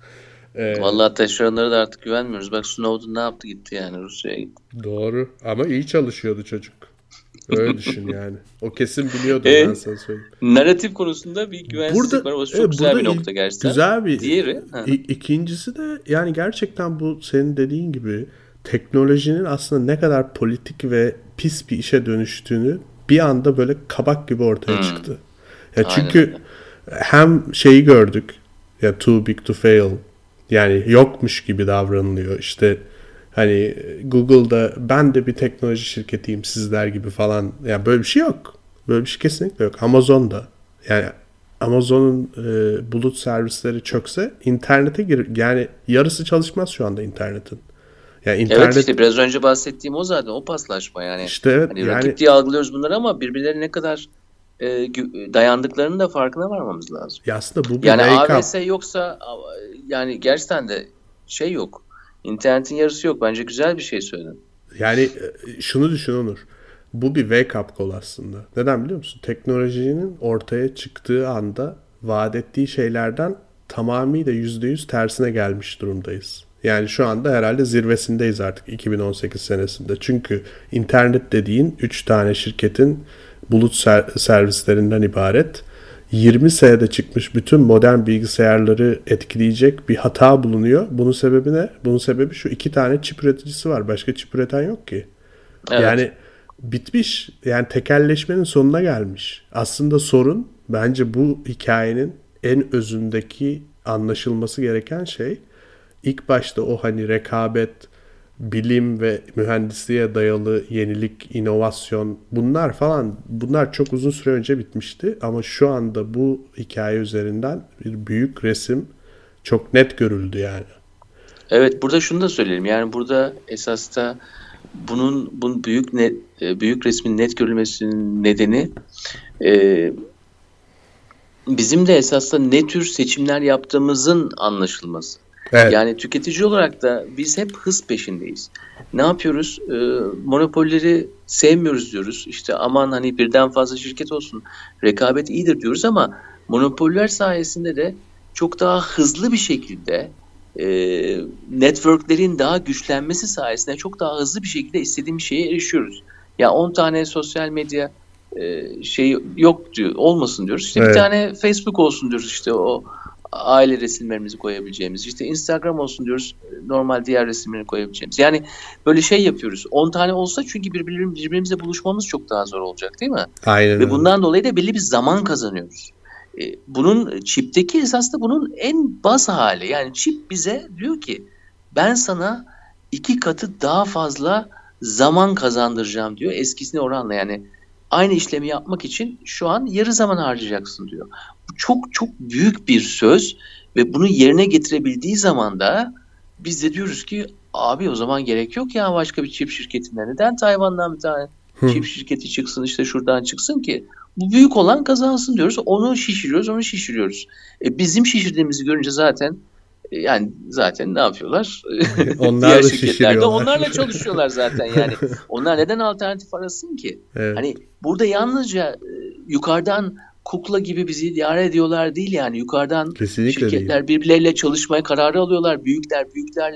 Ee, vallahi taşeronlara da artık güvenmiyoruz. Bak Snowden ne yaptı, gitti yani Rusya'ya gitti. doğru ama iyi çalışıyordu çocuk. Öyle düşün yani. O kesin biliyordur, ben E, sana söyleyeyim. narratif konusunda bir güvensizlik Burada var. O çok evet, güzel burada bir il- nokta gerçekten. güzel bir Diğeri, hı i- hı. ikincisi de yani gerçekten bu senin dediğin gibi teknolojinin aslında ne kadar politik ve pis bir işe dönüştüğünü bir anda böyle kabak gibi ortaya Hmm, çıktı. Ya aynen çünkü öyle. hem şeyi gördük, ya too big to fail, yani yokmuş gibi davranılıyor işte, hani Google'da ben de bir teknoloji şirketiyim sizler gibi falan, ya böyle bir şey yok. Böyle bir şey kesinlikle yok. Amazon'da yani Amazon'un e, bulut servisleri çökse internete gir, yani yarısı çalışmaz şu anda internetin. Yani Evet, internet işte biraz önce bahsettiğim o zaten, o paslaşma yani. işte, evet Hani yani rakip diye algılıyoruz bunları ama birbirlerine ne kadar e, gü- dayandıklarının da farkına varmamız lazım. ya aslında bu bir Yani wake up. A W S yoksa a- yani gerçekten de şey yok. İnternetin yarısı yok. Bence güzel bir şey söyledin. Yani e, şunu düşün Onur. Bu bir wake up call aslında. Neden biliyor musun? Teknolojinin ortaya çıktığı anda vaat ettiği şeylerden tamamıyla yüzde yüz tersine gelmiş durumdayız. Yani şu anda herhalde zirvesindeyiz artık iki bin on sekiz senesinde. Çünkü internet dediğin üç tane şirketin bulut ser- servislerinden ibaret. yirmi senede çıkmış bütün modern bilgisayarları etkileyecek bir hata bulunuyor. Bunun sebebi ne? Bunun sebebi şu: iki tane çip üreticisi var. Başka çip üreten yok ki. Evet. Yani bitmiş. Yani tekelleşmenin sonuna gelmiş. Aslında sorun bence bu hikayenin en özündeki anlaşılması gereken şey, ilk başta o hani rekabet, bilim ve mühendisliğe dayalı yenilik, inovasyon, bunlar falan, bunlar çok uzun süre önce bitmişti. Ama şu anda bu hikaye üzerinden bir büyük resim çok net görüldü yani. Evet, burada şunu da söyleyelim. Yani burada esas da bunun bunun büyük net, e, büyük resmin net görülmesinin nedeni e, bizim de esasında ne tür seçimler yaptığımızın anlaşılması. Evet. Yani tüketici olarak da biz hep hız peşindeyiz. Ne yapıyoruz? Ee, monopolleri sevmiyoruz diyoruz. İşte aman hani birden fazla şirket olsun, rekabet iyidir diyoruz ama monopoller sayesinde de çok daha hızlı bir şekilde e, networklerin daha güçlenmesi sayesinde çok daha hızlı bir şekilde istediğimiz şeye erişiyoruz. Ya on tane sosyal medya e, şey yok diyor, olmasın diyoruz. İşte bir Evet. tane Facebook olsun diyoruz, işte o aile resimlerimizi koyabileceğimiz. İşte Instagram olsun diyoruz, normal diğer resimleri koyabileceğimiz. Yani böyle şey yapıyoruz. on tane olsa çünkü birbirimiz, birbirimizle buluşmamız çok daha zor olacak, değil mi? Aynen Ve öyle. bundan dolayı da belli bir zaman kazanıyoruz. E, bunun çipteki esas da bunun en baz hali. Yani çip bize diyor ki ben sana iki katı daha fazla zaman kazandıracağım diyor. Eskisine oranla, yani aynı işlemi yapmak için şu an yarı zaman harcayacaksın diyor. Bu çok çok büyük bir söz ve bunu yerine getirebildiği zaman da biz de diyoruz ki abi o zaman gerek yok ya başka bir çip şirketinden. Neden Tayvan'dan bir tane Hı. çip şirketi çıksın, işte şuradan çıksın ki? Bu büyük olan kazansın diyoruz. Onu şişiriyoruz, onu şişiriyoruz. E, bizim şişirdiğimizi görünce zaten e, yani zaten ne yapıyorlar? Onlar Diğer da şirketler de şişiriyorlar. onlarla çalışıyorlar zaten yani. Onlar neden alternatif arasın ki? Evet. Hani burada yalnızca e, yukarıdan kukla gibi bizi idare ediyorlar değil yani. Yukarıdan Kesinlikle değil. şirketler birbirleriyle çalışmaya kararı alıyorlar. Büyükler büyüklerle.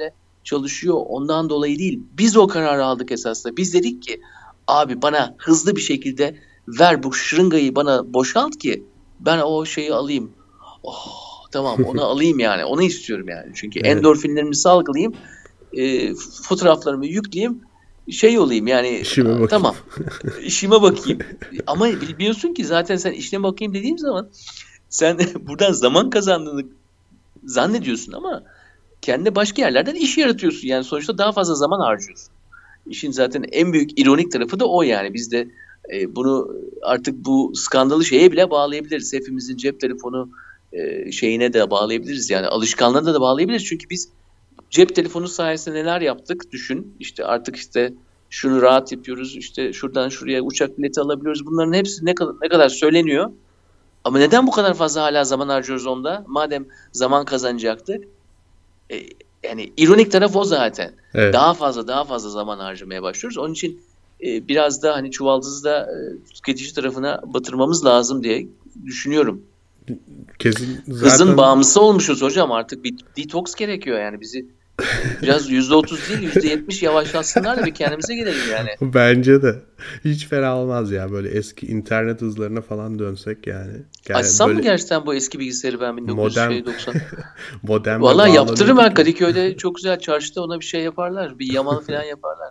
çalışıyor ondan dolayı değil. Biz o kararı aldık esasında. Biz dedik ki abi bana hızlı bir şekilde ver bu şırıngayı bana boşalt ki ben o şeyi alayım. Oh, tamam onu alayım yani. Onu istiyorum yani. Çünkü Evet. endorfinlerimi salgılayayım. E, fotoğraflarımı yükleyeyim. Şey olayım yani İşime bakayım. tamam işime bakayım. Ama biliyorsun ki zaten sen işine bakayım dediğim zaman sen buradan zaman kazandığını zannediyorsun ama kendine başka yerlerden iş yaratıyorsun. Yani sonuçta daha fazla zaman harcıyorsun. İşin zaten en büyük ironik tarafı da o yani. Biz de e, bunu artık bu skandalı şeye bile bağlayabiliriz. Hepimizin cep telefonu e, şeyine de bağlayabiliriz. Yani alışkanlığına da bağlayabiliriz. Çünkü biz cep telefonu sayesinde neler yaptık düşün. İşte artık işte şunu rahat yapıyoruz. İşte şuradan şuraya uçak bileti alabiliyoruz. Bunların hepsi ne kadar, ne kadar söyleniyor. Ama neden bu kadar fazla hala zaman harcıyoruz onda? Madem zaman kazanacaktık. E, yani ironik taraf o zaten. Evet. Daha fazla daha fazla zaman harcamaya başlıyoruz. Onun için e, biraz da hani çuvaldızı da e, tüketici tarafına batırmamız lazım diye düşünüyorum. Kesin Hızın zaten bağımlısı olmuşuz hocam. Artık bir detoks gerekiyor yani bizi biraz yüzde otuz değil yüzde yetmiş yavaşlatsınlar da bir kendimize gelelim yani. bence de hiç fena olmaz ya, böyle eski internet hızlarına falan dönsek yani. Yani Açsam mı böyle gerçekten bu eski bilgisayarı ben modem bin dokuz yüz doksan? modemle Vallahi yaptırırım ben bağlanıyorduk ya. Kadıköy'de çok güzel çarşıda ona bir şey yaparlar. Bir yamalı falan yaparlar.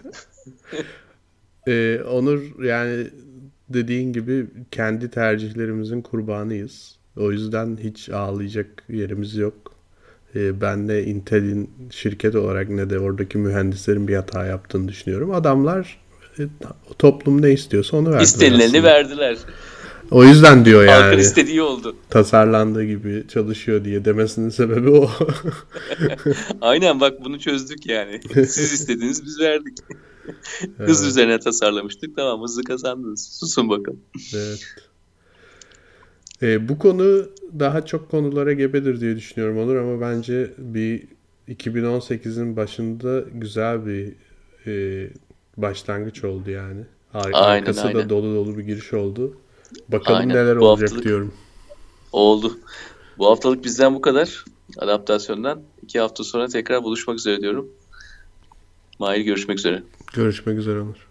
Ee, Onur, yani dediğin gibi kendi tercihlerimizin kurbanıyız. O yüzden hiç ağlayacak yerimiz yok. Ee, ben de Intel'in şirket olarak ne de oradaki mühendislerin bir hata yaptığını düşünüyorum. Adamlar e, toplum ne istiyorsa onu verdiler İstenileni aslında. verdiler. O yüzden diyor Halkın yani, istediği oldu. tasarlandığı gibi çalışıyor diye demesinin sebebi o. Aynen bak bunu çözdük yani. Siz istediniz biz verdik. Hız Evet, üzerine tasarlamıştık. Tamam hızlı kazandınız. Susun bakalım. evet. E, bu konu daha çok konulara gebedir diye düşünüyorum Onur, ama bence bir iki bin on sekizin başında güzel bir e, başlangıç oldu yani. Ar- Aynen arkası da aynen. dolu dolu bir giriş oldu. Bakalım Aynen. neler Bu olacak haftalık diyorum. oldu. Bu haftalık bizden bu kadar. Adaptasyondan. İki hafta sonra tekrar buluşmak üzere diyorum. Mahir görüşmek üzere. Görüşmek üzere Onur.